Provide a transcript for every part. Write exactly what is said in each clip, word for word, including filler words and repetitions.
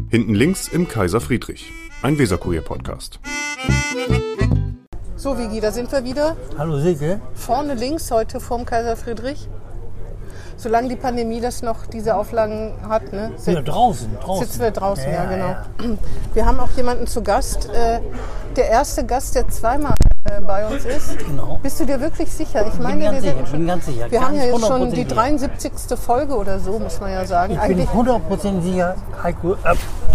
Hinten links im Kaiser Friedrich, ein Weserkurier-Podcast. So, Vigi, da sind wir wieder. Hallo Silke. Vorne links heute vorm Kaiser Friedrich. Solange die Pandemie das noch, diese Auflagen hat, ne? Sit- ja, draußen, draußen. Sitzen wir draußen, ja, ja genau. Ja. Wir haben auch jemanden zu Gast. Äh, der erste Gast, der zweimal äh, bei uns ist. Genau. Bist du dir wirklich sicher? Ich Ich meine, bin ganz wir, sicher, sind ich bin ganz sicher. wir haben ja Ganz jetzt schon die hundertprozentig. dreiundsiebzigste Folge oder so, muss man ja sagen. Ich bin Eigentlich hundertprozentig sicher, Heiko, äh,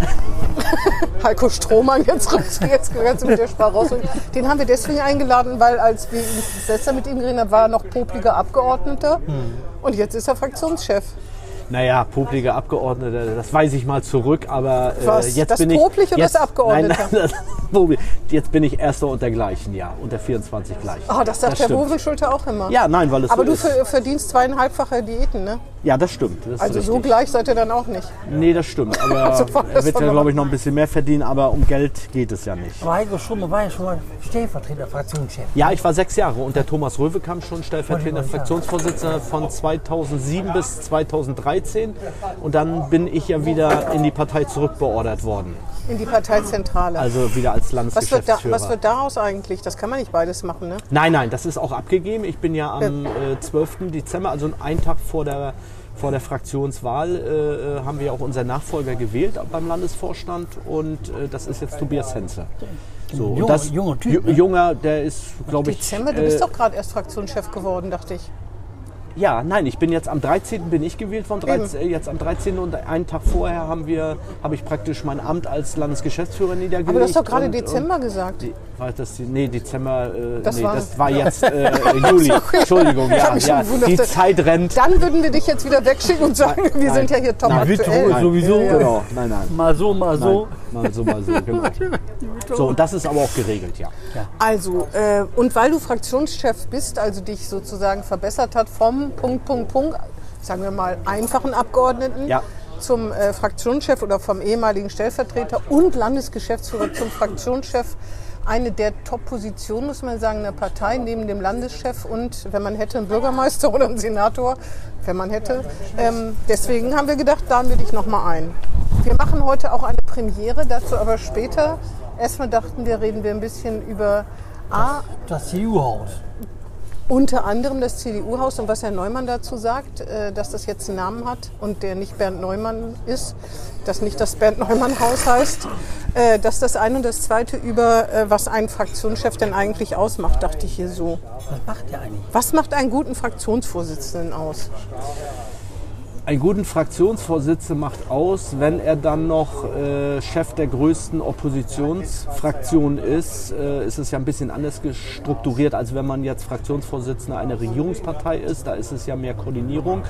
Heiko Strohmann, jetzt rückst du jetzt ganz mit der Sprache raus. Und den haben wir deswegen eingeladen, weil als wir das letzte Mal mit ihm geredet haben, war er noch popliger Abgeordneter. Hm. Und jetzt ist er Fraktionschef. Naja, popliger Abgeordneter, das weise ich mal zurück, aber äh, Was, jetzt das bin ich... Poplich oder jetzt, das Abgeordnete? Nein, nein, das Poplich. Jetzt bin ich Erster unter Gleichen, ja, unter vierundzwanzig Gleichen. Ah, das sagt das der stimmt. Wohlschulter auch immer. Ja, nein, weil es Aber so du ist. ver- verdienst zweieinhalbfache Diäten, ne? Ja, das stimmt. Das ist Also so richtig. gleich seid ihr dann auch nicht. Nee, das stimmt, aber Also war er das wird von ja, der- glaube ich, noch ein bisschen mehr verdienen, aber um Geld geht es ja nicht. aber Heiko Schumme war ja schon mal Stellvertreter, Fraktionschef. Ja, ich war sechs Jahre und der Thomas Röwekamp schon stellvertretender Wollte ich mal Fraktionsvorsitzender von zweitausendsieben bis zweitausenddreizehn. Und dann bin ich ja wieder in die Partei zurückbeordert worden. In die Parteizentrale. Also wieder als was, wird da, Landesgeschäftsführer. was wird daraus eigentlich? Das kann man nicht beides machen, ne? Nein, nein, das ist auch abgegeben. Ich bin ja am äh, zwölften Dezember, also einen Tag vor der, vor der Fraktionswahl, äh, haben wir auch unseren Nachfolger gewählt beim Landesvorstand und äh, das ist jetzt Tobias Henze. So, und Junge- das, junger Typ, ju- ne? Junger, der ist, glaube ich... Dezember, du äh, bist doch gerade erst Fraktionschef geworden, dachte ich. Ja, nein, ich bin jetzt am dreizehnten bin ich gewählt worden, dreizehn, äh, jetzt am dreizehnten und einen Tag vorher haben wir, habe ich praktisch mein Amt als Landesgeschäftsführer niedergelegt. Aber du hast doch gerade und- Dezember und gesagt. Die, war das die, nee, Dezember, äh, Das nee, war- das war jetzt äh, Juli. Entschuldigung, Ich hab ja, mich schon ja, gewundert, die dass- Zeit rennt. Dann würden wir dich jetzt wieder wegschicken und sagen, wir Nein. sind ja hier top Nein, aktuell. Nein. sowieso. Ja, ja. Genau, nein, nein. Mal so, mal so. Nein, mal so, mal so, genau. So, und das ist aber auch geregelt, ja. Also, äh, und weil du Fraktionschef bist, also dich sozusagen verbessert hat vom Punkt, Punkt, Punkt, sagen wir mal, einfachen Abgeordneten Ja. zum äh, Fraktionschef oder vom ehemaligen Stellvertreter und Landesgeschäftsführer zum Fraktionschef. Eine der Top-Positionen, muss man sagen, in der Partei, neben dem Landeschef und, wenn man hätte, einen Bürgermeister oder einen Senator, wenn man hätte. Ähm, deswegen haben wir gedacht, laden wir dich nochmal ein. Wir machen heute auch eine Premiere, dazu aber später. Erstmal dachten wir, reden wir ein bisschen über A, Das C D U-Haus. unter anderem das C D U-Haus und was Herr Neumann dazu sagt, äh, dass das jetzt einen Namen hat und der nicht Bernd Neumann ist, dass nicht das Bernd Neumann-Haus heißt. Äh, Das ist das eine und das zweite über, äh, was ein Fraktionschef denn eigentlich ausmacht, dachte ich hier so. Was macht der eigentlich? Was macht einen guten Fraktionsvorsitzenden aus? Einen guten Fraktionsvorsitzenden macht aus, wenn er dann noch äh, Chef der größten Oppositionsfraktion ist, äh, ist es ja ein bisschen anders strukturiert, als wenn man jetzt Fraktionsvorsitzender einer Regierungspartei ist. Da ist es ja mehr Koordinierung.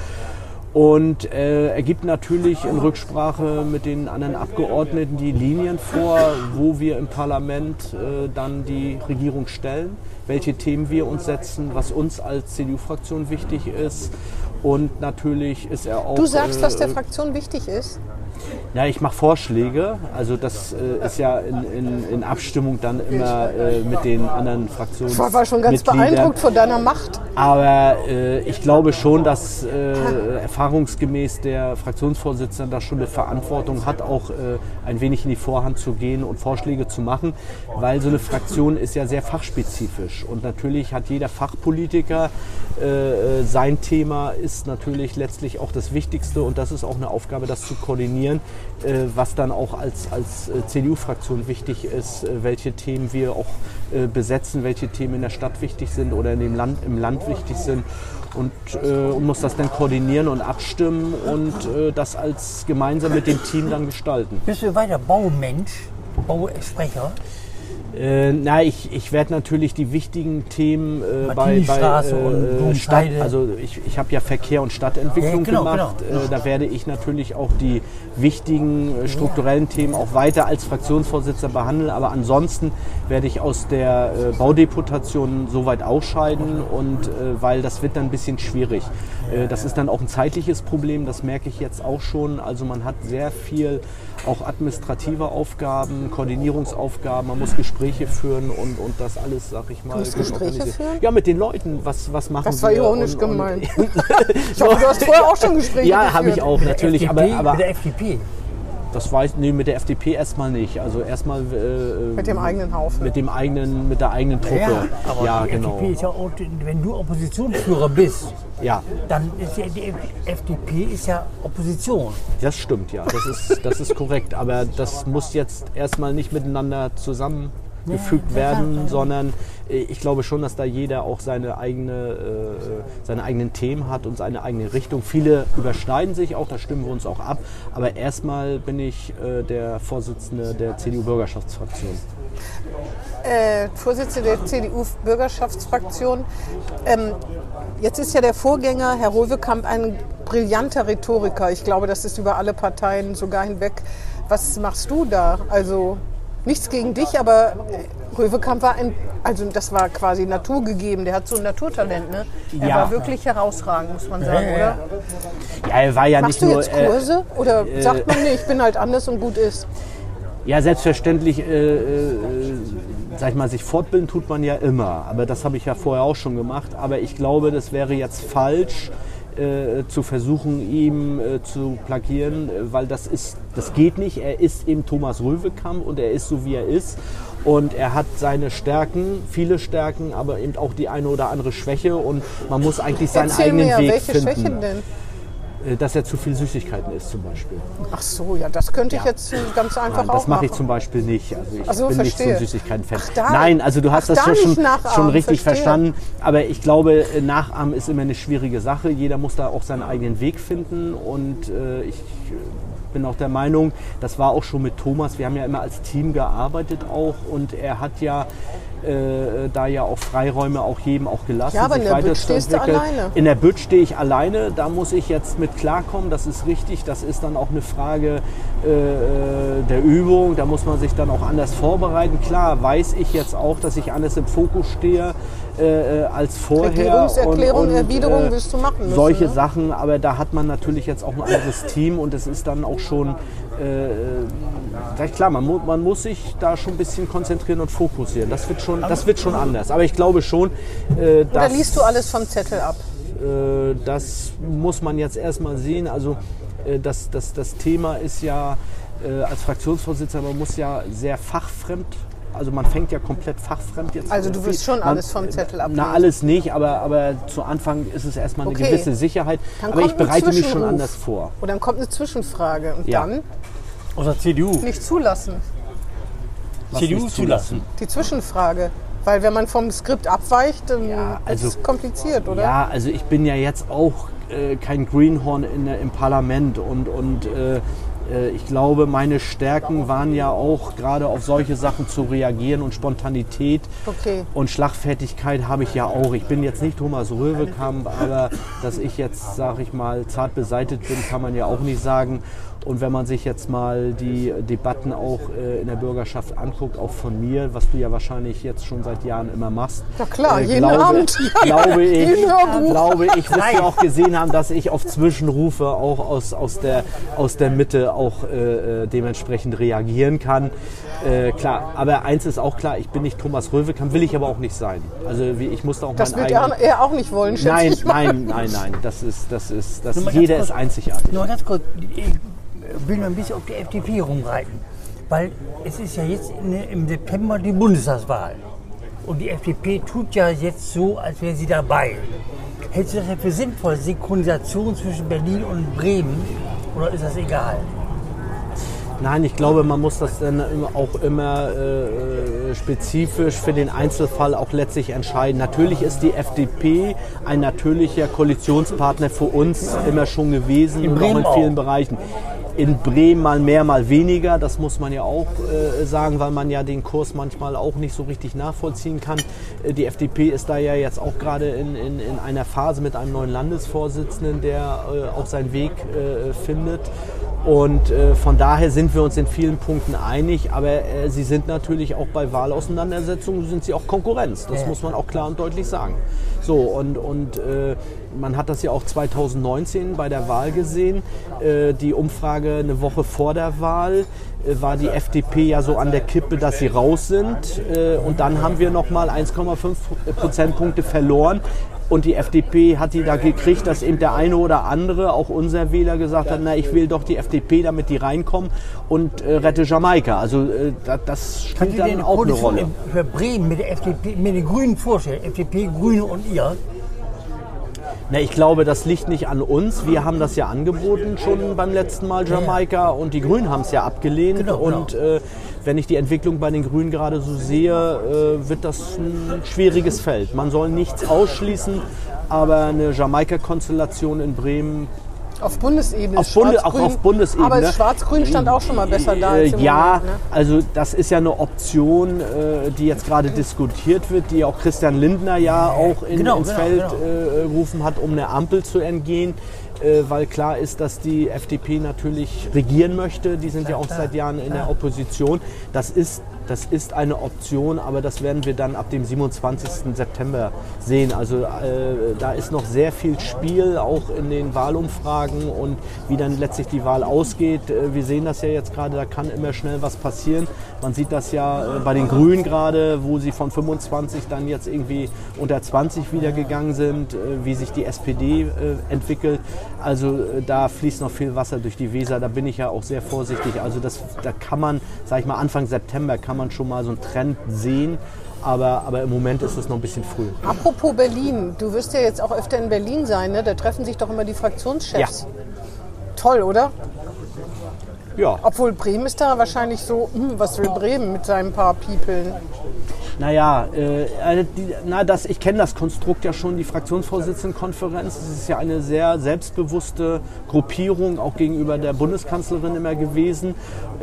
Und äh, er gibt natürlich in Rücksprache mit den anderen Abgeordneten die Linien vor, wo wir im Parlament äh, dann die Regierung stellen, welche Themen wir uns setzen, was uns als C D U-Fraktion wichtig ist. Und natürlich ist er auch... Du sagst, was der äh, Fraktion wichtig ist? Ja, ich mache Vorschläge. Also das äh, ist ja in, in, in Abstimmung dann immer äh, mit den anderen Fraktionen. Ich war schon ganz beeindruckt von deiner Macht. Aber äh, ich glaube schon, dass äh, erfahrungsgemäß der Fraktionsvorsitzende da schon eine Verantwortung hat, auch äh, ein wenig in die Vorhand zu gehen und Vorschläge zu machen, weil so eine Fraktion ist ja sehr fachspezifisch. Und natürlich hat jeder Fachpolitiker äh, sein Thema, ist natürlich letztlich auch das Wichtigste und das ist auch eine Aufgabe, das zu koordinieren, äh, was dann auch als, als äh, C D U-Fraktion wichtig ist, äh, welche Themen wir auch äh, besetzen, welche Themen in der Stadt wichtig sind oder in dem Land, im Land wichtig sind und, äh, und muss das dann koordinieren und abstimmen und äh, das als gemeinsam mit dem Team dann gestalten. Bist du weiter Baumensch, Bausprecher? Äh, na, ich, ich werde natürlich die wichtigen Themen äh, bei, bei Martini-Straße und äh, Stadt, Blumenheide. also ich, ich habe ja Verkehr und Stadtentwicklung Ja, genau, gemacht. genau. Äh, da werde ich natürlich auch die wichtigen äh, strukturellen Themen auch weiter als Fraktionsvorsitzender behandeln. Aber ansonsten werde ich aus der äh, Baudeputation soweit ausscheiden und äh, weil das wird dann ein bisschen schwierig. Äh, das ist dann auch ein zeitliches Problem, das merke ich jetzt auch schon. Also man hat sehr viel auch administrative Aufgaben, Koordinierungsaufgaben, man muss Gespräche führen und, und das alles, sag ich mal. Du musst Gespräche organisiert. führen? Ja, mit den Leuten, was, was machen wir. Das war ironisch und, gemeint. Und, Ich hoffe, du hast vorher auch schon Gespräche ja, geführt. habe ich auch, natürlich. F D P, Aber, aber mit der F D P. Das weiß nee, mit der F D P erstmal nicht. Also erstmal äh, Mit dem eigenen Haufen. Mit dem eigenen, mit der eigenen Truppe. Ja, aber ja, die genau. F D P ist ja auch, wenn du Oppositionsführer bist, Ja, dann ist ja die F D P ist ja Opposition. das stimmt, ja. Das ist, das ist korrekt. Aber das muss jetzt erstmal nicht miteinander zusammengefügt Ja, werden, ja. sondern äh, ich glaube schon, dass da jeder auch seine, eigene, äh, seine eigenen Themen hat und seine eigene Richtung. Viele überschneiden sich auch, da stimmen wir uns auch ab. Aber erstmal bin ich äh, der Vorsitzende der C D U-Bürgerschaftsfraktion. Äh, Vorsitzende der C D U-Bürgerschaftsfraktion. Ähm, jetzt ist ja der Vorgänger, Herr Röwekamp, ein brillanter Rhetoriker. Ich glaube, das ist über alle Parteien sogar hinweg. Was machst du da? Also nichts gegen dich, aber Röwekamp war ein, also das war quasi naturgegeben. Der hat so ein Naturtalent, ne? Er Ja. war wirklich herausragend, muss man sagen, Ja, ja, oder? Ja, er war ja Machst nicht du nur. jetzt Kurse? Oder äh, sagt man, nee, ich bin halt anders und gut ist? Ja, selbstverständlich, äh, äh, sag ich mal, sich fortbilden tut man ja immer. Aber das habe ich ja vorher auch schon gemacht. Aber ich glaube, das wäre jetzt falsch, äh, zu versuchen, ihm äh, zu plagieren, weil das ist, das geht nicht. Er ist eben Thomas Röwekamp und er ist so, wie er ist. Und er hat seine Stärken, viele Stärken, aber eben auch die eine oder andere Schwäche. Und man muss eigentlich seinen Erzähl eigenen mir, Weg welche finden. Schwächen denn? Äh, Dass er zu viel Süßigkeiten isst zum Beispiel. Ach so, ja, das könnte ich Ja. jetzt ganz einfach Nein, auch das mache ich machen. zum Beispiel nicht. Also ich Ach so, bin nicht so verstehe. ein Süßigkeiten-Fan. Ach, da- Nein, also du hast Ach, das da schon, nicht nachahmen, schon richtig verstehe. verstanden. Aber ich glaube, äh, Nachahmen ist immer eine schwierige Sache. Jeder muss da auch seinen eigenen Weg finden. Und äh, ich äh, bin auch der Meinung, das war auch schon mit Thomas. Wir haben ja immer als Team gearbeitet auch. Und er hat ja äh, da ja auch Freiräume auch jedem auch gelassen. Ja, aber in sich der Bütt stehst du weiterzuentwickeln. alleine. In der Bütt stehe ich alleine, da muss ich jetzt mit klarkommen, das ist richtig, das ist dann auch eine Frage äh, der Übung, da muss man sich dann auch anders vorbereiten. Klar weiß ich jetzt auch, dass ich anders im Fokus stehe äh, als vorher. Regierungserklärung, und, und, Erwiderung wirst du machen müssen, Solche ne? Sachen, aber da hat man natürlich jetzt auch ein anderes Team und es ist dann auch schon, äh, sag ich klar, man, mu man muss sich da schon ein bisschen konzentrieren und fokussieren. Das wird schon, das wird schon anders. Aber ich glaube schon, äh, Oder dass... liest du alles vom Zettel ab? Äh, das muss man jetzt erstmal sehen. Also äh, das, das, das Thema ist ja äh, als Fraktionsvorsitzender, man muss ja sehr fachfremd, also man fängt ja komplett fachfremd jetzt. Also du wirst schon man, alles vom Zettel ablesen? Na, alles nicht, aber, aber zu Anfang ist es erstmal eine Okay. gewisse Sicherheit. Dann Aber ich kommt ein bereite mich schon Zwischenruf. anders vor. Und dann kommt eine Zwischenfrage und Ja. dann Aus der C D U. nicht zulassen. Was C D U nicht zulassen. Die Zwischenfrage. Weil wenn man vom Skript abweicht, dann Ja, also- ist es kompliziert, oder? Ja, also ich bin ja jetzt auch äh, kein Greenhorn in, der- im Parlament und, und äh, äh, ich glaube, meine Stärken waren ja auch gerade auf solche Sachen zu reagieren und Spontanität Okay. und Schlagfertigkeit habe ich ja auch. Ich bin jetzt nicht Thomas Röwekamp, aber dass ich jetzt, sage ich mal, zart beseitigt bin, kann man ja auch nicht sagen. Und wenn man sich jetzt mal die Debatten auch äh, in der Bürgerschaft anguckt, auch von mir, was du ja wahrscheinlich jetzt schon seit Jahren immer machst. Ja klar, äh, jeden glaube, Abend. Glaube ich, Jeden Hörbuch. glaube ich, wirst du auch gesehen haben, dass ich auf Zwischenrufe auch aus, aus, der, aus der Mitte auch äh, dementsprechend reagieren kann. Äh, klar, aber eins ist auch klar, ich bin nicht Thomas Röwekamp, will ich aber auch nicht sein. Also wie, ich muss da auch Das meinen wird eigenen... er, er auch nicht wollen, schätze Nein, ich mal. nein, nein, nein, das ist, das ist, das Nur mal ganz jeder kurz. ist einzigartig. Nur ganz kurz, ich will noch ein bisschen auf die F D P rumreiten. Weil es ist ja jetzt in, im September die Bundestagswahl. Und die F D P tut ja jetzt so, als wäre sie dabei. Hältst du das ja für sinnvoll, Synchronisation zwischen Berlin und Bremen? Oder ist das egal? Nein, ich glaube, man muss das dann auch immer äh, spezifisch für den Einzelfall auch letztlich entscheiden. Natürlich ist die F D P ein natürlicher Koalitionspartner für uns immer schon gewesen In und Bremen auch in vielen auch. Bereichen. In Bremen mal mehr, mal weniger, das muss man ja auch äh, sagen, weil man ja den Kurs manchmal auch nicht so richtig nachvollziehen kann. Äh, die F D P ist da ja jetzt auch gerade in, in, in einer Phase mit einem neuen Landesvorsitzenden, der äh, auch seinen Weg äh, findet. Und äh, von daher sind wir uns in vielen Punkten einig, aber äh, sie sind natürlich auch bei Wahlauseinandersetzungen, sind sie auch Konkurrenz. Das Ja. muss man auch klar und deutlich sagen. So, und, und äh, man hat das ja auch zweitausendneunzehn bei der Wahl gesehen. Äh, die Umfrage eine Woche vor der Wahl äh, war die F D P ja so an der Kippe, dass sie raus sind. Äh, und dann haben wir nochmal eins Komma fünf Prozentpunkte verloren. Und die F D P hat die da gekriegt, dass eben der eine oder andere, auch unser Wähler, gesagt hat, na, ich will doch die F D P, damit die reinkommen und äh, rette Jamaika. Also äh, das spielt dann auch eine Rolle. Für Bremen mit der F D P, mit den Grünen vorstellen, F D P, Grüne und ihr? Na, ich glaube, das liegt nicht an uns. Wir haben das ja angeboten schon beim letzten Mal, Jamaika, und die Grünen haben es ja abgelehnt. Genau, genau. Und äh, wenn ich die Entwicklung bei den Grünen gerade so sehe, äh, wird das ein schwieriges Feld. Man soll nichts ausschließen, aber eine Jamaika-Konstellation in Bremen... Auf Bundesebene. Auf Bunde, auch auf Bundesebene. Aber Schwarz-Grün stand auch schon mal besser da. Äh, als im ja, Moment, ne? also das ist ja eine Option, äh, die jetzt gerade diskutiert wird, die auch Christian Lindner ja auch in, genau, ins genau, Feld genau. äh, gerufen hat, um eine Ampel zu entgehen. Äh, weil klar ist, dass die F D P natürlich regieren möchte. Die sind ja auch seit Jahren in der Opposition. Das ist, das ist eine Option, aber das werden wir dann ab dem siebenundzwanzigsten September sehen. Also äh, da ist noch sehr viel Spiel, auch in den Wahlumfragen und wie dann letztlich die Wahl ausgeht. Äh, wir sehen das ja jetzt gerade, da kann immer schnell was passieren. Man sieht das ja äh, bei den Grünen gerade, wo sie von fünfundzwanzig dann jetzt irgendwie unter zwanzig wieder gegangen sind, äh, wie sich die S P D äh, entwickelt. Also da fließt noch viel Wasser durch die Weser, da bin ich ja auch sehr vorsichtig. Also das, da kann man, sag ich mal, Anfang September kann man schon mal so einen Trend sehen, aber, aber im Moment ist es noch ein bisschen früh. Apropos Berlin, du wirst ja jetzt auch öfter in Berlin sein, ne? Da treffen sich doch immer die Fraktionschefs. Ja. Toll, oder? Ja. Obwohl Bremen ist da wahrscheinlich so, hm, was will Bremen mit seinen paar Peoplen? Naja, äh, die, na, das, ich kenne das Konstrukt ja schon, die Fraktionsvorsitzendenkonferenz. Das ist ja eine sehr selbstbewusste Gruppierung, auch gegenüber der Bundeskanzlerin immer gewesen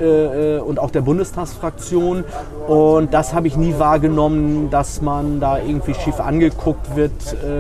äh, und auch der Bundestagsfraktion. Und das habe ich nie wahrgenommen, dass man da irgendwie schief angeguckt wird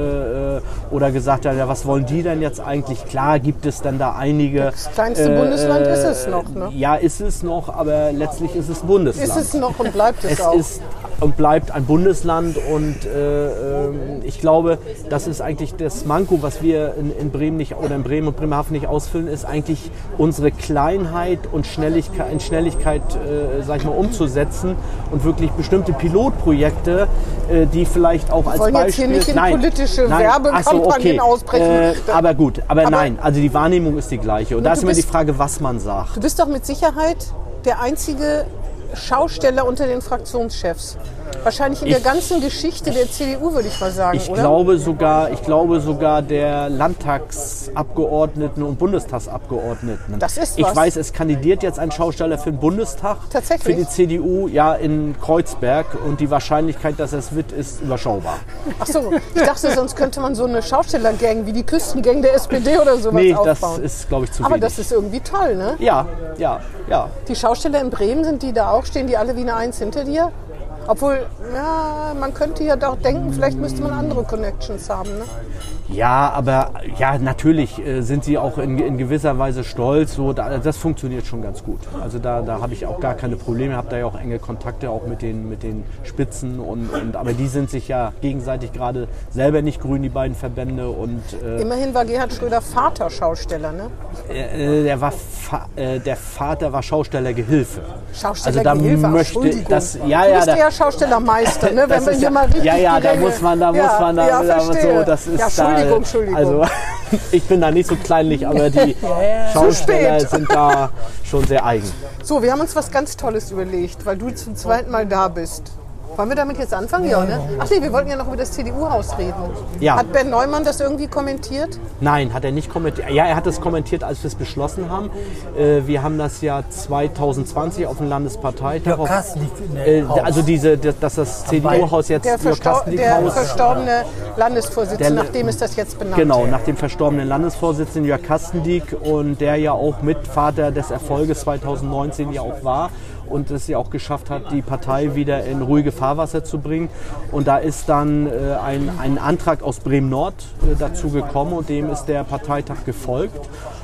äh, oder gesagt hat, ja, was wollen die denn jetzt eigentlich? Klar gibt es dann da einige... Das kleinste äh, Bundesland ist es noch, ne? Ja, ist es noch, aber letztlich ist es Bundesland. Ist es noch und bleibt es, es auch. Ist, und bleibt ein Bundesland und äh, äh, ich glaube, das ist eigentlich das Manko, was wir in, in Bremen nicht oder in Bremen und Bremerhaven nicht ausfüllen, ist eigentlich unsere Kleinheit und Schnelligkeit, in Schnelligkeit, äh, sag ich mal, umzusetzen und wirklich bestimmte Pilotprojekte, äh, die vielleicht auch wir als wollen Beispiel... jetzt hier nicht in nein, politische nein, Werbekampagnen ach so, okay. ausbrechen. Äh, aber gut, aber, aber nein, also die Wahrnehmung ist die gleiche und da ist immer bist, die Frage, was man sagt. Du bist doch mit Sicherheit der einzige Schausteller unter den Fraktionschefs. Wahrscheinlich in ich, der ganzen Geschichte der C D U, würde ich mal sagen, ich oder? Glaube sogar, ich glaube sogar der Landtagsabgeordneten und Bundestagsabgeordneten. Das ist ich was. weiß, es kandidiert jetzt ein Schausteller für den Bundestag. Tatsächlich? Für die C D U, ja, in Kreuzberg. Und die Wahrscheinlichkeit, dass es wird, ist überschaubar. Ach so, ich dachte, sonst könnte man so eine Schaustellergang wie die Küstengang der S P D oder sowas nee, aufbauen. Das ist, glaube ich, zu Aber wenig. das ist irgendwie toll, ne? Ja, ja, ja. Die Schausteller in Bremen, sind die da auch? Stehen die alle wie eine Eins hinter dir? Obwohl, ja, man könnte ja doch denken, vielleicht müsste man andere Connections haben, ne? Ja, aber ja, natürlich äh, sind sie auch in, in gewisser Weise stolz. So, da, das funktioniert schon ganz gut. Also da, da habe ich auch gar keine Probleme. Ich habe da ja auch enge Kontakte auch mit den, mit den Spitzen. Und, und, aber die sind sich ja gegenseitig gerade selber nicht grün, die beiden Verbände. Und, äh, immerhin war Gerhard Schröder Vater Schausteller, ne? Äh, der, war Fa- äh, der Vater war Schaustellergehilfe. Schaustellergehilfe, also möchte Entschuldigung. das, ja, du ja, bist da, ja Schaustellermeister, ne? Wenn wir hier ja, mal richtig ja, ja, da Ränge, muss man, da ja, muss man, da, ja, da verstehe. so, das ist ja, Entschuldigung, da, Entschuldigung. Also ich bin da nicht so kleinlich, aber die Schausteller sind da schon sehr eigen. So, wir haben uns was ganz Tolles überlegt, weil du zum zweiten Mal da bist. Wollen wir damit jetzt anfangen? Ja, ne? Ach nee, wir wollten ja noch über das C D U-Haus reden. Ja. Hat Ben Neumann das irgendwie kommentiert? Nein, hat er nicht kommentiert. Ja, er hat es kommentiert, als wir es beschlossen haben. Äh, wir haben das ja zwanzig zwanzig auf dem Landesparteitag. Jörg Kastendiek, äh, also diese, dass das C D U-Haus jetzt Der, Jörg Verstor Kastendiek der Haus, verstorbene Landesvorsitzende, Der- nachdem ist das jetzt benannt. Genau, nach dem verstorbenen Landesvorsitzenden Jörg Kastendiek und der ja auch Mitvater des Erfolges zwanzig neunzehn ja auch war und es ja auch geschafft hat, die Partei wieder in ruhige Fahrwasser zu bringen. Und da ist dann äh, ein, ein Antrag aus Bremen-Nord äh, dazu gekommen und dem ist der Parteitag gefolgt.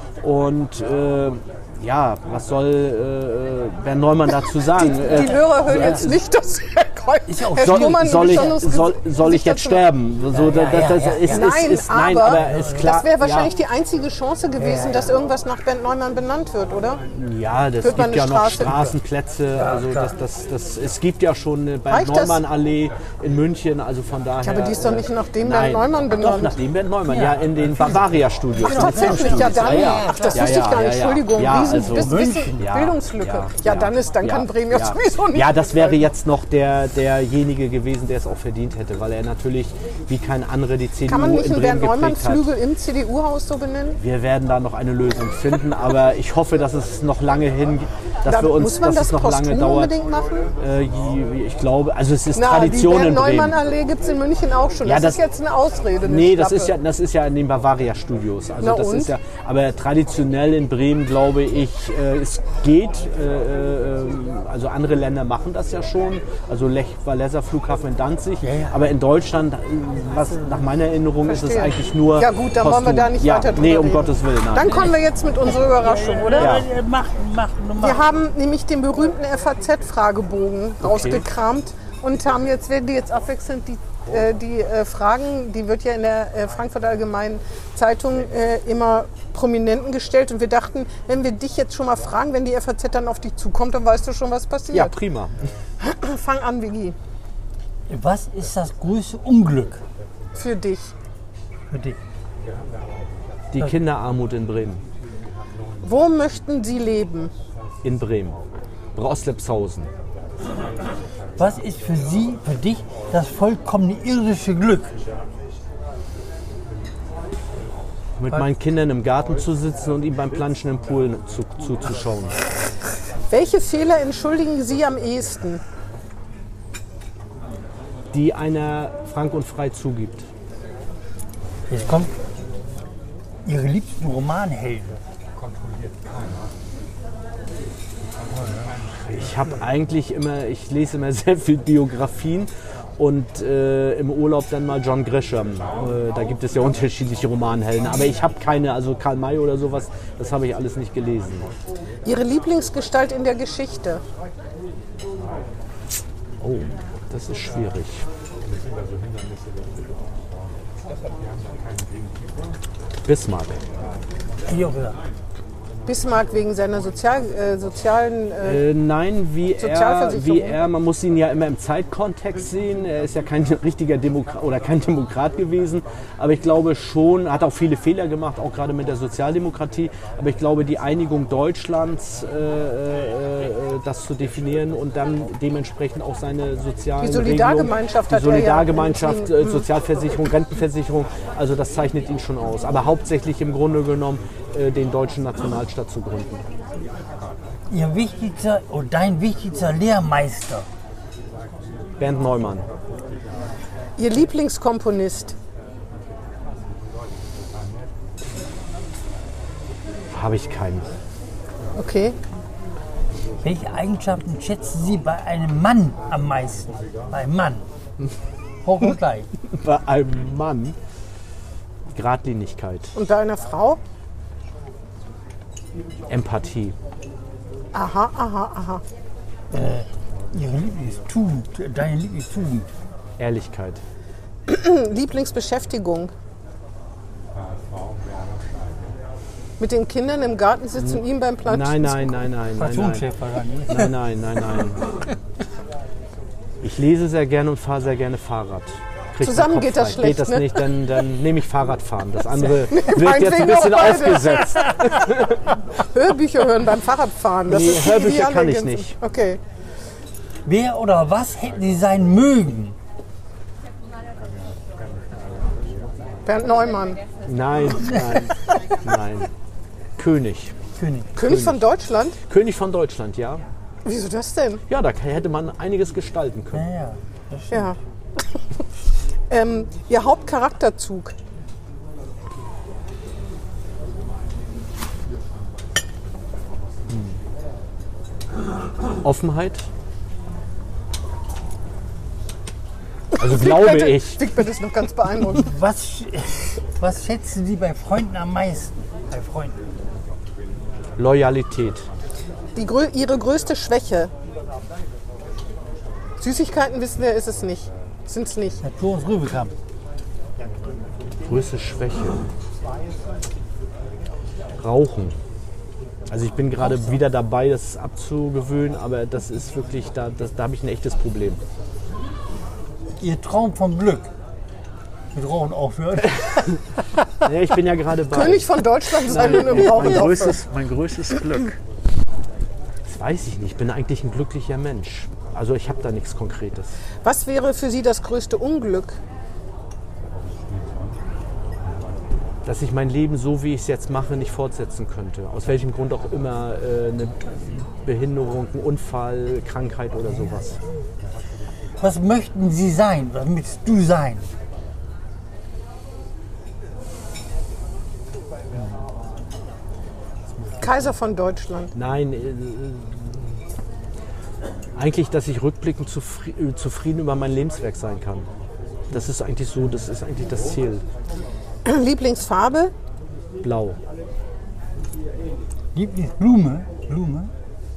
Und äh, ja, was soll äh, Bernd Neumann dazu sagen? Die, die Hörer hören Äh, jetzt nicht, dass er Ist ja auch Herr soll- Strohmann, soll ich, besonders soll, Gesicht soll ich jetzt dazu- sterben? So, Ja, das, ja, das ja, ist, ja. ist, Nein, ist, nein, aber, aber ist klar. das wäre wahrscheinlich ja, die einzige Chance gewesen, dass irgendwas nach Bernd Neumann benannt wird, oder? Ja, das Wird man gibt ja eine noch Straße- Straßenplätze. Also das, das, das, es gibt ja schon eine bei Reicht das? Neumann-Allee in München. Also von daher. Ja, aber die ist doch nicht nach dem Nein, Bernd Neumann benannt. Doch, nach dem Bernd Neumann. Ja, in den Bavaria-Studios. Ach, tatsächlich, ja dann. Ach, das Ja, wusste ich ja, gar nicht. ja, ja. Entschuldigung, Ja, Riesen, also Wissen, München, ja, Bildungslücke. Ja, ja, dann ist, dann ja, kann Bremen ja ja. sowieso nicht. Ja, das wäre jetzt noch der, derjenige gewesen, der es auch verdient hätte, weil er natürlich wie kein anderer die C D U Kann man nicht in einen Bremen Bernd geprägt hat. Neumann-Flügel im C D U-Haus so benennen? Wir werden da noch eine Lösung finden, aber ich hoffe, dass es noch lange hin, dass Da wir uns, muss man dass das es noch lange posthum dauert. unbedingt machen? Äh, ich glaube, also es ist Na, Tradition die in Bremen. Bernd-Neumann-Allee gibt es in München auch schon. Ja, das, das- ist jetzt eine Ausrede. Eine Nee, das Schlappe. ist ja, das ist ja in den Bavaria-Studios. Also Na das und? ist ja, aber traditionell in Bremen glaube ich, äh, es geht. Äh, äh, also andere Länder machen das ja schon. Also Lech-Wałęsa Flughafen in Danzig. Ja, ja. Aber in Deutschland, äh, was nach meiner Erinnerung ist es Verstehe. eigentlich nur. Ja gut, dann wollen wir posthum. da nicht ja, weiter drüber Nee, um reden. Gottes Willen. Nein. Dann kommen wir jetzt mit unserer Überraschung, oder? Ja. Äh, Mach, mach, mach. Wir haben nämlich den berühmten F A Z-Fragebogen rausgekramt und haben jetzt, werden die jetzt abwechselnd die, äh, die äh, Fragen, die wird ja in der äh, Frankfurter Allgemeinen Zeitung äh, immer Prominenten gestellt und wir dachten, wenn wir dich jetzt schon mal fragen, wenn die F A Z dann auf dich zukommt, dann weißt du schon, was passiert. Ja, prima. Fang an, Vigi, Was ist das größte Unglück für dich. für dich? Die Kinderarmut in Bremen. Wo möchten Sie leben? In Bremen. Braunslepshausen. Was ist für Sie, für dich, das vollkommene irdische Glück? Mit meinen Kindern im Garten zu sitzen und ihm beim Planschen im Pool zu, zuzuschauen. Welche Fehler entschuldigen Sie am ehesten? Die einer frank und frei zugibt. Jetzt kommt Ihre liebsten Romanhelden. Ich habe eigentlich immer, ich lese immer sehr viel Biografien und äh, im Urlaub dann mal John Grisham. Äh, da gibt es ja unterschiedliche Romanhelden, aber ich habe keine, also Karl May oder sowas, das habe ich alles nicht gelesen. Ihre Lieblingsgestalt in der Geschichte? Oh, das ist schwierig. Bismarck. Hätte ich auch gesagt. Bismarck wegen seiner Sozial, äh, sozialen... Äh, Äh, nein, wie er, Sozialversicherung. wie er, man muss ihn ja immer im Zeitkontext sehen. Er ist ja kein richtiger Demokrat oder kein Demokrat gewesen, aber ich glaube schon, hat auch viele Fehler gemacht, auch gerade mit der Sozialdemokratie. Aber ich glaube, die Einigung Deutschlands, äh, äh, äh, das zu definieren und dann dementsprechend auch seine sozialen Die Solidargemeinschaft Regelungen, hat die er ja Solidargemeinschaft, im- äh, Sozialversicherung, Rentenversicherung, also das zeichnet ihn schon aus. Aber hauptsächlich im Grunde genommen äh, den deutschen Nationalstaat zu gründen. Ihr wichtigster oder dein wichtigster Lehrmeister. Bernd Neumann. Ihr Lieblingskomponist? Habe ich keinen. Okay. Welche Eigenschaften schätzen Sie bei einem Mann am meisten? Bei einem Mann. Hoch und gleich. Bei einem Mann Gradlinigkeit, Und bei einer Frau? Empathie, Aha, aha, aha. Ihre Lieblingstugend, deine Lieblingstugend. Ehrlichkeit, Lieblingsbeschäftigung? Mit den Kindern im Garten sitzen und ihm beim Planschen nein, nein, zugucken? nein, nein, nein, nein, Fraktionschef wahrscheinlich. nein, nein, nein, nein. Ich lese sehr gerne und fahre sehr gerne Fahrrad. Kriegt Zusammen meinen Kopf geht das frei. schlecht, Geht das ne? nicht, dann, dann nehme ich Fahrradfahren. Das andere wird jetzt meinetwegen ein bisschen auch beide. aufgesetzt. Hörbücher hören beim Fahrradfahren. Das Nee, ist die Hörbücher ideale kann ich Ergänzung. nicht. Okay. Wer oder was hätten Sie sein mögen? Bernd Neumann. Nein, nein, nein. König. König. König von Deutschland? König von Deutschland, ja. Wieso das denn? Ja, da hätte man einiges gestalten können. Ja, ja. Ja. ähm, Ihr Hauptcharakterzug? Offenheit. Also glaube ich. Wigbert ist noch ganz beeindruckend. Was, was schätzen Sie bei Freunden am meisten? Bei Freunden. Loyalität. Die, grö- Ihre größte Schwäche? Süßigkeiten wissen wir, ist es nicht. Sind es nicht. Der Thomas Rübekamp. Größte Schwäche. Rauchen. Also ich bin gerade wieder dabei, das abzugewöhnen, aber das ist wirklich, da, das, da habe ich ein echtes Problem. Ihr Traum vom Glück. Mit Rauchen aufhören. Ja, ich bin ja gerade bei. König von Deutschland sein und im mein, Rauchen größtes, mein größtes Glück. Das weiß ich nicht. Ich bin eigentlich ein glücklicher Mensch. Also ich habe da nichts Konkretes. Was wäre für Sie das größte Unglück? Dass ich mein Leben so, wie ich es jetzt mache, nicht fortsetzen könnte. Aus welchem Grund auch immer, äh, eine Behinderung, ein Unfall, Krankheit oder sowas. Was möchten Sie sein? Was möchtest du sein? Kaiser von Deutschland. Nein, äh, eigentlich, dass ich rückblickend zufri- äh, zufrieden über mein Lebenswerk sein kann. Das ist eigentlich so, das ist eigentlich das Ziel. Lieblingsfarbe? Blau. Lieblingsblume? Blume?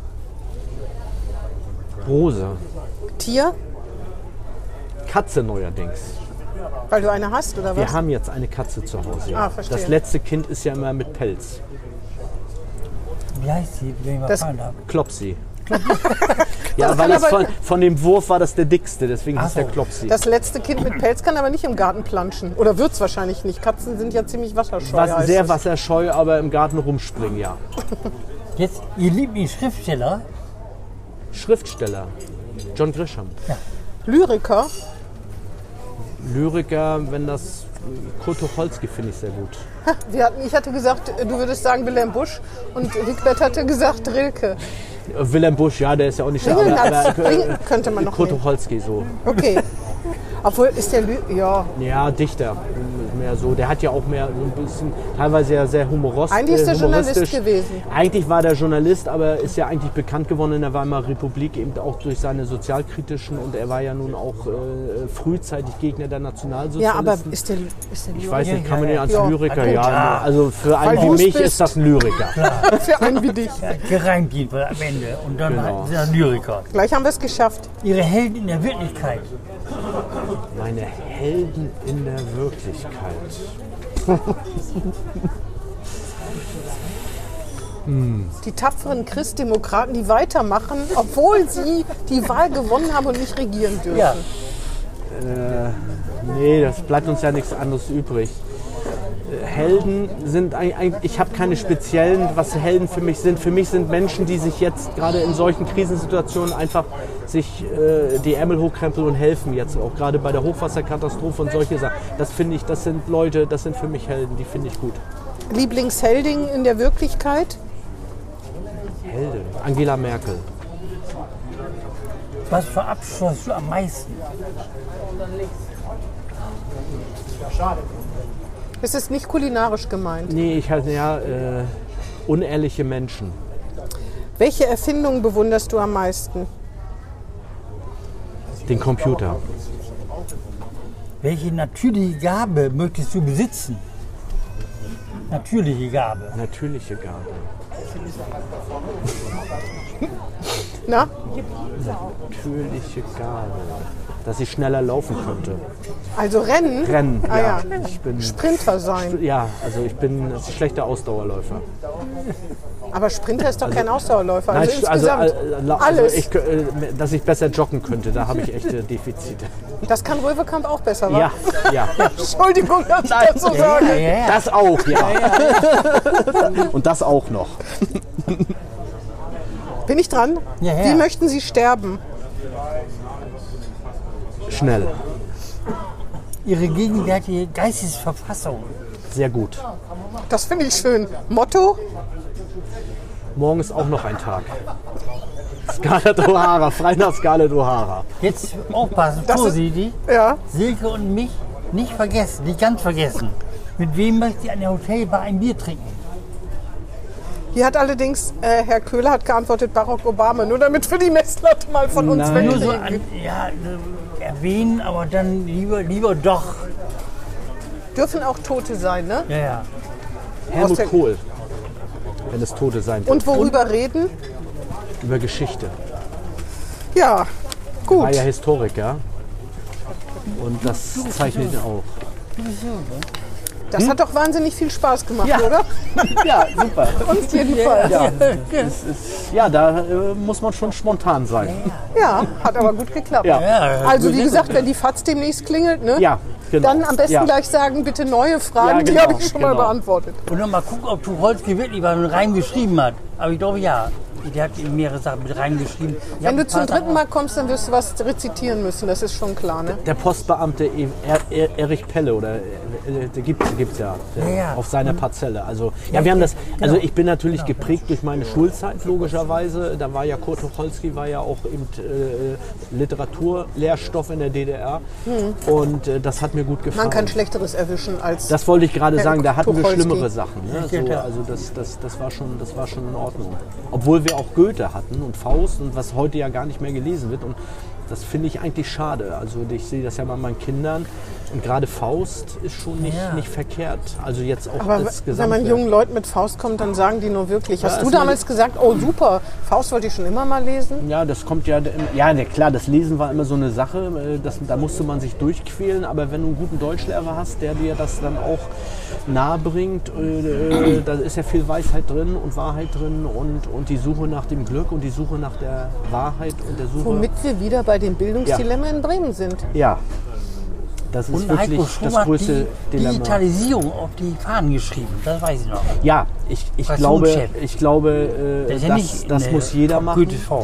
Rosa. Tier? Katze neuerdings. Weil du eine hast, oder Wir was? haben jetzt eine Katze zu Hause. Ah, verstehe. Das letzte Kind ist ja immer mit Pelz. Wie heißt sie, wenn ich mal Das- fragen darf? Klopsi. Ja, weil das von, von dem Wurf war das der dickste, deswegen Ach ist der so. Klopsi. Das letzte Kind mit Pelz kann aber nicht im Garten planschen. Oder wird es wahrscheinlich nicht. Katzen sind ja ziemlich wasserscheu. Was heißt sehr es. wasserscheu, aber im Garten rumspringen, ja. Jetzt Ihr Lieblingsschriftsteller? Schriftsteller. John Grisham. Lyriker? Lyriker, wenn das Kurt Tucholsky finde ich sehr gut. Ha, wir hatten, ich hatte gesagt, du würdest sagen Wilhelm Busch und Wigbert hatte gesagt Rilke. Wilhelm Busch, ja, der ist ja auch nicht schlecht, Ringen aber, als- aber Ringen könnte man noch Kurt nehmen. Tucholsky so. Okay. Obwohl, ist der Ly ja. Ja, Dichter. Mehr so. Der hat ja auch mehr so ein bisschen, teilweise ja sehr humoristisch. Eigentlich ist der Journalist gewesen. Eigentlich war der Journalist, aber ist ja eigentlich bekannt geworden in der Weimarer Republik, eben auch durch seine sozialkritischen, und er war ja nun auch äh, frühzeitig Gegner der Ja, Nationalsozialisten. aber ist der, ist der Ich weiß nicht, Ja, kann man ja, den als ja. Lyriker, Ja, ja. ja. Also für einen Weil wie du's mich bist. ist das ein Lyriker. für einen wie dich? Ja, gereimt jedenfalls am Ende. Und dann Genau. halt der Lyriker. Gleich haben wir es geschafft. Ihre Helden in der Wirklichkeit. Meine Helden in der Wirklichkeit. Die tapferen Christdemokraten, die weitermachen, obwohl sie die Wahl gewonnen haben und nicht regieren dürfen. Ja. Äh, nee, das bleibt uns ja nichts anderes übrig. Äh, Helden sind eigentlich, ich habe keine speziellen, was Helden für mich sind. Für mich sind Menschen, die sich jetzt gerade in solchen Krisensituationen einfach sich äh, die Ärmel hochkrempeln und helfen jetzt, auch gerade bei der Hochwasserkatastrophe und solche Sachen. Das finde ich, das sind Leute, das sind für mich Helden, die finde ich gut. Lieblingsheldin in der Wirklichkeit? Helden. Angela Merkel. Was verabscheust du am meisten? Es ist nicht kulinarisch gemeint. Nee, ich halte ja äh, unehrliche Menschen. Welche Erfindung bewunderst du am meisten? Den Computer. Welche natürliche Gabe möchtest du besitzen? Natürliche Gabe. Natürliche Gabe. Na? Natürliche Gabe. Dass ich schneller laufen könnte. Also Rennen? Rennen, Ah, ja. ja. Ich bin, Sprinter sein. ja, also ich bin ein schlechter Ausdauerläufer. Aber Sprinter ist doch kein Ausdauerläufer. Also, Nein, also, insgesamt äh, la- also alles. ich, äh, dass ich besser joggen könnte, da habe ich echte Defizite. Das kann Röwekamp auch besser, wa? Ja, ja. Entschuldigung, dass ich das so Ja, sage. ja, ja. Das auch, ja. Und das auch noch. Bin ich dran? Ja, ja. Wie möchten Sie sterben? Schnell. Ihre gegenwärtige Geistesverfassung. Sehr gut. Das finde ich schön. Motto? Morgen ist auch noch ein Tag. Scarlett O'Hara, frei nach Scarlett O'Hara. Jetzt aufpassen, Das ist- vorsichtig. Ja. Silke und mich nicht vergessen, nicht ganz vergessen. Mit wem möchte ich an der Hotelbar ein Bier trinken? Hier hat allerdings äh, Herr Köhler hat geantwortet Barack Obama, nur damit wir die Messlatte mal von uns Nein. Nur so wegkriegen. an, ja, äh, erwähnen, aber dann lieber, lieber doch. Dürfen auch Tote sein, ne? Ja, ja. Helmut Aus der- Kohl, wenn es Tote sein Und worüber reden? über Geschichte. Ja, Gut. Er war ja Historiker. Und das zeichnet ihn auch. Das hm? hat doch wahnsinnig viel Spaß gemacht, ja. oder? Ja, super. Uns jedenfalls. Ja, es ist, ja da äh, muss man schon spontan sein. Ja, hat aber gut geklappt. Ja. Also wie gesagt, wenn die F A Z demnächst klingelt, ne? Ja, genau. Dann am besten ja. gleich sagen, bitte neue Fragen, ja, genau, die habe ich schon genau. mal beantwortet. Und dann mal gucken, ob Tucholsky wirklich mal einen Reim geschrieben hat. Aber ich glaube, ja. Der hat mehrere Sachen mit reingeschrieben. Ich Wenn du zum dritten Mal kommst, dann wirst du was rezitieren müssen, das ist schon klar, ne? Der Postbeamte er er Erich Pelle, oder der gibt es ja, der, ja, auf seiner Parzelle. Also, ja, wir haben das, also ich bin natürlich genau. geprägt durch meine Schulzeit, logischerweise. Da war ja Kurt Tucholsky, war ja auch eben äh, Literaturlehrstoff in der D D R. Hm. Und äh, das hat mir gut gefallen. Man kann Schlechteres erwischen als. Das wollte ich gerade sagen, da hatten Tucholsky. wir schlimmere Sachen. Ne? So, also das, das, das, war schon, das war schon in Ordnung. Obwohl wir auch Goethe hatten und Faust und was heute ja gar nicht mehr gelesen wird. Und das finde ich eigentlich schade. Also ich sehe das ja bei meinen Kindern. Und gerade Faust ist schon nicht, ja. nicht verkehrt. Also jetzt auch Aber das wenn man jungen Leuten mit Faust kommt, dann sagen die nur wirklich. Hast ja, du damals gesagt, oh super, Faust wollte ich schon immer mal lesen? Ja, das kommt ja, ja klar, das Lesen war immer so eine Sache. Das, da musste man sich durchquälen. Aber wenn du einen guten Deutschlehrer hast, der dir das dann auch nahe bringt, äh, da ist ja viel Weisheit drin und Wahrheit drin und, und die Suche nach dem Glück und die Suche nach der Wahrheit und der Suche... Womit wir wieder bei dem Bildungsdilemma ja. in Bremen sind. Ja. Das ist und wirklich das größte die Dilemma. Digitalisierung auf die Fahnen geschrieben, das weiß ich noch. Ja, ich, ich glaube, ich glaube äh, das, ja das, das muss jeder machen.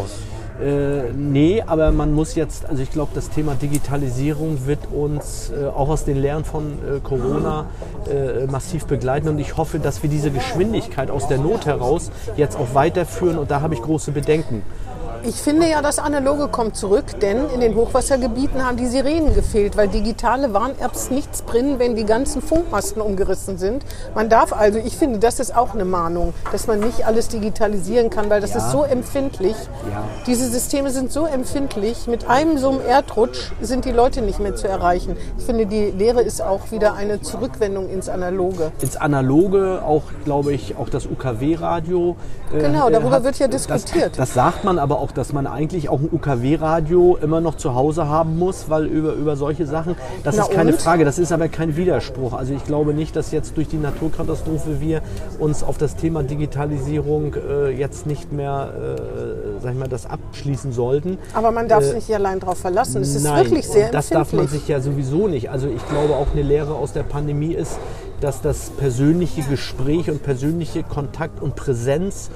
Äh, nee, aber man muss jetzt, also ich glaube, das Thema Digitalisierung wird uns äh, auch aus den Lehren von äh, Corona äh, massiv begleiten und ich hoffe, dass wir diese Geschwindigkeit aus der Not heraus jetzt auch weiterführen und da habe ich große Bedenken. Ich finde ja, das Analoge kommt zurück, denn in den Hochwassergebieten haben die Sirenen gefehlt, weil digitale Warn-Apps nichts bringen, wenn die ganzen Funkmasten umgerissen sind. Man darf also, ich finde, das ist auch eine Mahnung, dass man nicht alles digitalisieren kann, weil das ja. ist so empfindlich. Ja. Diese Systeme sind so empfindlich, mit einem so einem Erdrutsch sind die Leute nicht mehr zu erreichen. Ich finde, die Lehre ist auch wieder eine Zurückwendung ins Analoge. Ins Analoge, auch, glaube ich, auch das U K W-Radio. Äh, genau, darüber hat, wird ja diskutiert. Das, das sagt man aber auch, dass man eigentlich auch ein U K W-Radio immer noch zu Hause haben muss, weil über, über solche Sachen, das Na ist keine und? Frage, das ist aber kein Widerspruch. Also ich glaube nicht, dass jetzt durch die Naturkatastrophe wir uns auf das Thema Digitalisierung äh, jetzt nicht mehr, äh, sag ich mal, das abschließen sollten. Aber man darf äh, sich nicht allein darauf verlassen, es ist nein, wirklich sehr das empfindlich. Das darf man sich ja sowieso nicht. Also ich glaube auch eine Lehre aus der Pandemie ist, dass das persönliche Gespräch und persönliche Kontakt und Präsenz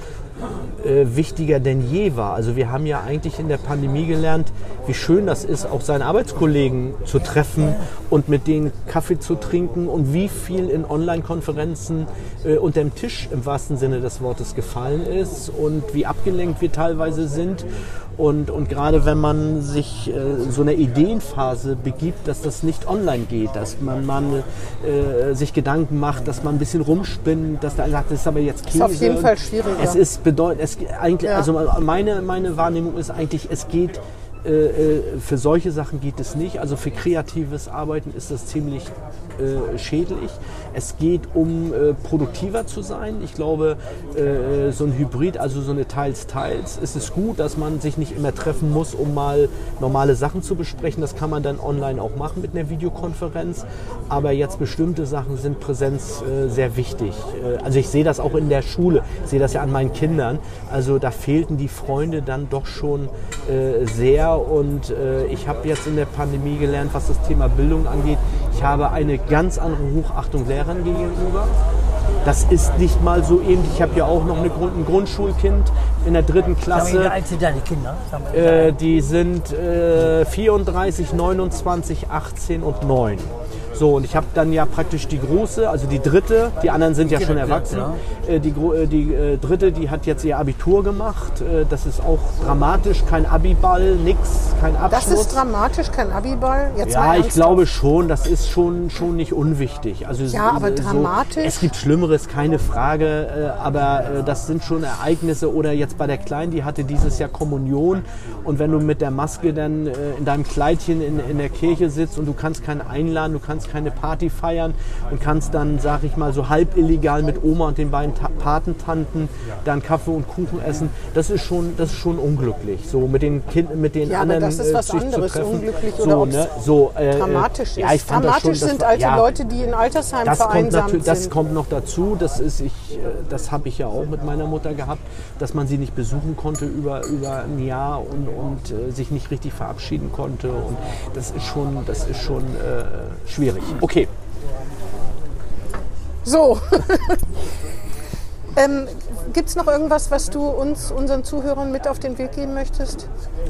Äh, wichtiger denn je war. Also wir haben ja eigentlich in der Pandemie gelernt, wie schön das ist, auch seine Arbeitskollegen zu treffen und mit denen Kaffee zu trinken und wie viel in Online-Konferenzen äh, unter dem Tisch im wahrsten Sinne des Wortes gefallen ist und wie abgelenkt wir teilweise sind. Und, und gerade wenn man sich äh, so einer Ideenphase begibt, dass das nicht online geht, dass man, man äh, sich Gedanken macht, dass man ein bisschen rumspinnt, dass der sagt, das ist aber jetzt Käse. Das ist auf jeden Fall schwierig. Es ist bedeutend, es eigentlich, ja. also meine, meine Wahrnehmung ist eigentlich, es geht äh, für solche Sachen geht es nicht. Also für kreatives Arbeiten ist das ziemlich äh, schädlich. Es geht um äh, produktiver zu sein. Ich glaube, äh, so ein Hybrid, also so eine Teils-Teils, ist es gut, dass man sich nicht immer treffen muss, um mal normale Sachen zu besprechen. Das kann man dann online auch machen mit einer Videokonferenz. Aber jetzt bestimmte Sachen sind Präsenz äh, sehr wichtig. Äh, also ich sehe das auch in der Schule. Ich sehe das ja an meinen Kindern. Also da fehlten die Freunde dann doch schon äh, sehr. Und äh, ich habe jetzt in der Pandemie gelernt, was das Thema Bildung angeht. Ich habe eine ganz andere Hochachtung Lehrern gegenüber. Das ist nicht mal so eben. Ich habe ja auch noch eine Grund, ein Grundschulkind in der dritten Klasse. Wie alt sind deine Kinder? Äh, die sind äh, vierunddreißig, neunundzwanzig, achtzehn und neun. So, und ich habe dann ja praktisch die große, also die dritte, die anderen sind ja schon erwachsen. Äh, die die äh, dritte, die hat jetzt ihr Abitur gemacht. Äh, das ist auch dramatisch, kein Abiball, nix, kein Abschluss. Das ist dramatisch, kein Abiball? Jetzt ja, ich glaube schon, das ist schon, schon nicht unwichtig. Also ja, aber so, dramatisch? Es gibt Schlimmeres, keine Frage, äh, aber äh, das sind schon Ereignisse oder jetzt bei der Kleinen, die hatte dieses Jahr Kommunion und wenn du mit der Maske dann äh, in deinem Kleidchen in, in der Kirche sitzt und du kannst keinen einladen, du kannst keine Party feiern und kannst dann, sag ich mal, so halb illegal mit Oma und den beiden Ta- Patentanten dann Kaffee und Kuchen essen, das ist schon, das ist schon unglücklich. So mit den Kindern, mit den ja, anderen aber das ist äh, was sich anderes, zu treffen. unglücklich so, oder ne, so, äh, dramatisch ist. Ja, ich fand dramatisch das schon, das sind war, alte ja, Leute, die in Altersheim das kommt vereinsamt natürlich, sind. das kommt noch dazu. Das ist ich, äh, das habe ich ja auch mit meiner Mutter gehabt, dass man sie nicht besuchen konnte über, über ein Jahr und, und äh, sich nicht richtig verabschieden konnte. Und das ist schon, das ist schon äh, schwierig. Okay. So. ähm, Gibt es noch irgendwas, was du uns, unseren Zuhörern mit auf den Weg geben möchtest?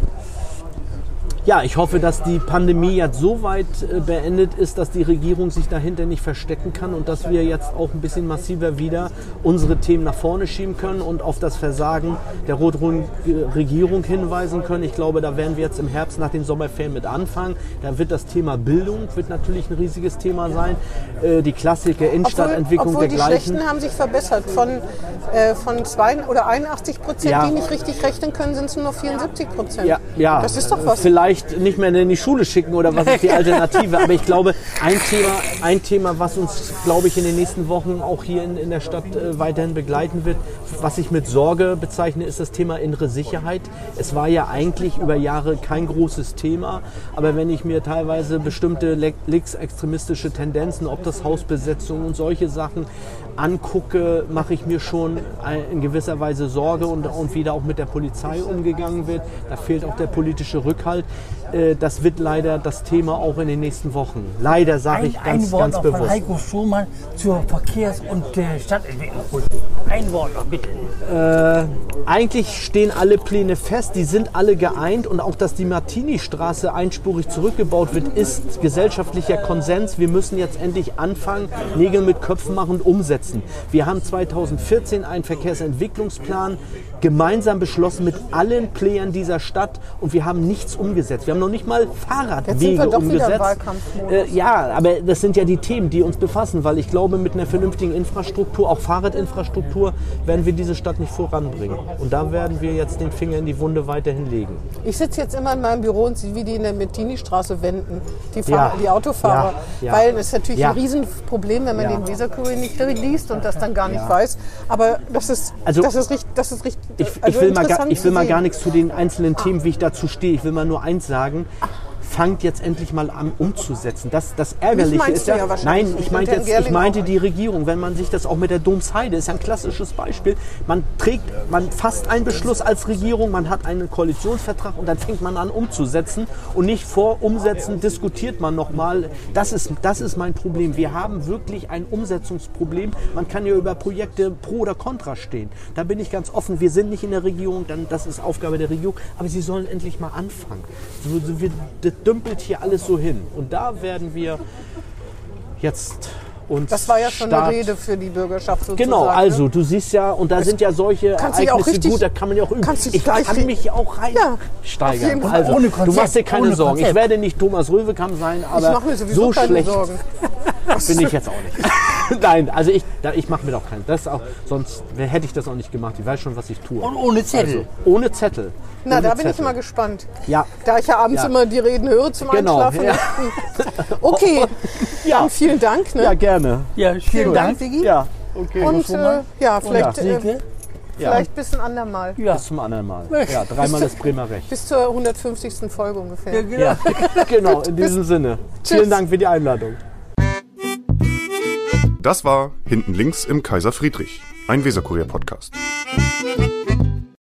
Ja, ich hoffe, dass die Pandemie jetzt so weit äh, beendet ist, dass die Regierung sich dahinter nicht verstecken kann und dass wir jetzt auch ein bisschen massiver wieder unsere Themen nach vorne schieben können und auf das Versagen der rot-grünen Regierung hinweisen können. Ich glaube, da werden wir jetzt im Herbst nach den Sommerferien mit anfangen. Da wird das Thema Bildung wird natürlich ein riesiges Thema sein. Äh, die Klassiker, Innenstadtentwicklung obwohl, obwohl dergleichen. die Schlechten haben sich verbessert. Von, äh, von zwei oder einundachtzig Prozent, Ja. die nicht richtig rechnen können, sind es nur noch vierundsiebzig Prozent. Ja, ja, Das ist doch was. Vielleicht nicht mehr in die Schule schicken oder was ist die Alternative. Aber ich glaube, ein Thema, ein Thema, was uns, glaube ich, in den nächsten Wochen auch hier in, in der Stadt äh, weiterhin begleiten wird, was ich mit Sorge bezeichne, ist das Thema innere Sicherheit. Es war ja eigentlich über Jahre kein großes Thema, aber wenn ich mir teilweise bestimmte le- linksextremistische Tendenzen, ob das Hausbesetzung und solche Sachen angucke, mache ich mir schon in gewisser Weise Sorge und, und wie da auch mit der Polizei umgegangen wird. Da fehlt auch der politische Rückhalt. Das wird leider das Thema auch in den nächsten Wochen. Leider sage ich ein, ganz, ein Wort ganz noch bewusst. von Heiko Schumann zur Verkehrs- und äh, Stadtentwicklung. Ein Wort noch, bitte. Äh, eigentlich stehen alle Pläne fest, die sind alle geeint und auch, dass die Martini-Straße einspurig zurückgebaut wird, ist gesellschaftlicher Konsens. Wir müssen jetzt endlich anfangen, Nägel mit Köpfen machen und umsetzen. Wir haben zweitausendvierzehn einen Verkehrsentwicklungsplan gemeinsam beschlossen mit allen Playern dieser Stadt und wir haben nichts umgesetzt. Wir haben noch nicht mal Fahrradwege Jetzt sind wir doch wieder im umgesetzt. Wahlkampfmodus. Äh, ja, aber das sind ja die Themen, die uns befassen, weil ich glaube, mit einer vernünftigen Infrastruktur, auch Fahrradinfrastruktur, werden wir diese Stadt nicht voranbringen. Und da werden wir jetzt den Finger in die Wunde weiterhin legen. Ich sitze jetzt immer in meinem Büro und sehe, wie die in der Martini-Straße wenden, die, Fahr- Ja. die Autofahrer. Ja, ja. Weil das ist natürlich Ja. ein Riesenproblem, wenn man Ja. den Weserkurier nicht liest und das dann gar nicht Ja. weiß. Aber das ist, Also, das ist richtig. Das ist richtig Ich, also ich will, mal gar, interessant ich will zu mal sehen. gar nichts zu den einzelnen Themen, wie ich dazu stehe. Ich will mal nur eins sagen. Fangt jetzt endlich mal an umzusetzen. Das, das Ärgerliche Mich meinst ist du ja, ja wahrscheinlich nein, nicht. ich meinte Und jetzt, Herrn ich Gerling meinte auch. die Regierung, wenn man sich das auch mit der Domsheide, ist ja ein klassisches Beispiel, man trägt, man fasst einen Beschluss als Regierung, man hat einen Koalitionsvertrag und dann fängt man an umzusetzen und nicht vor Umsetzen diskutiert man nochmal. Das ist, das ist mein Problem. Wir haben wirklich ein Umsetzungsproblem. Man kann ja über Projekte pro oder contra stehen. Da bin ich ganz offen. Wir sind nicht in der Regierung, dann, das ist Aufgabe der Regierung, aber sie sollen endlich mal anfangen. So, so, wir, das dümpelt hier alles so hin. Und da werden wir jetzt uns Das war ja schon Staat eine Rede für die Bürgerschaft sozusagen. Genau, also ne? du siehst ja, und da sind ja solche kannst dich auch Ereignisse richtig- gut, da kann man ja auch üben. kannst dich Ich gleich kann re- mich auch Ja, auf jeden reinsteigern. Fall. Also, Ohne du Konzept, machst dir keine ohne Sorgen. Ich Konzept. werde nicht Thomas Röwekamp sein, aber mach mir sowieso so keine schlecht Sorgen. bin ich jetzt auch nicht. Nein, also ich, da, ich mache mir doch keine. Das auch, sonst hätte ich das auch nicht gemacht. Ich weiß schon, was ich tue. Und ohne Zettel. Also, ohne Zettel. Na, ohne da bin ich Zettel. mal gespannt. Ja. Da ich ja abends Ja. immer die Reden höre zum Genau, Einschlafen. ja. Okay, Ja. dann vielen Dank. Ne? Ja, gerne. Ja, vielen, Vielen Dank, Dank. Vigi. Ja, okay. Und äh, ja, vielleicht, äh, Silke? ja. vielleicht bis ein andermal. Ja. Bis zum anderen Mal. Ja, dreimal das Bremer Recht. Bis zur hundertfünfzigsten Folge ungefähr. Ja, genau. Ja, genau, in diesem Sinne. Tschüss. Vielen Dank für die Einladung. Das war Hinten links im Kaiser Friedrich, ein Weserkurier-Podcast.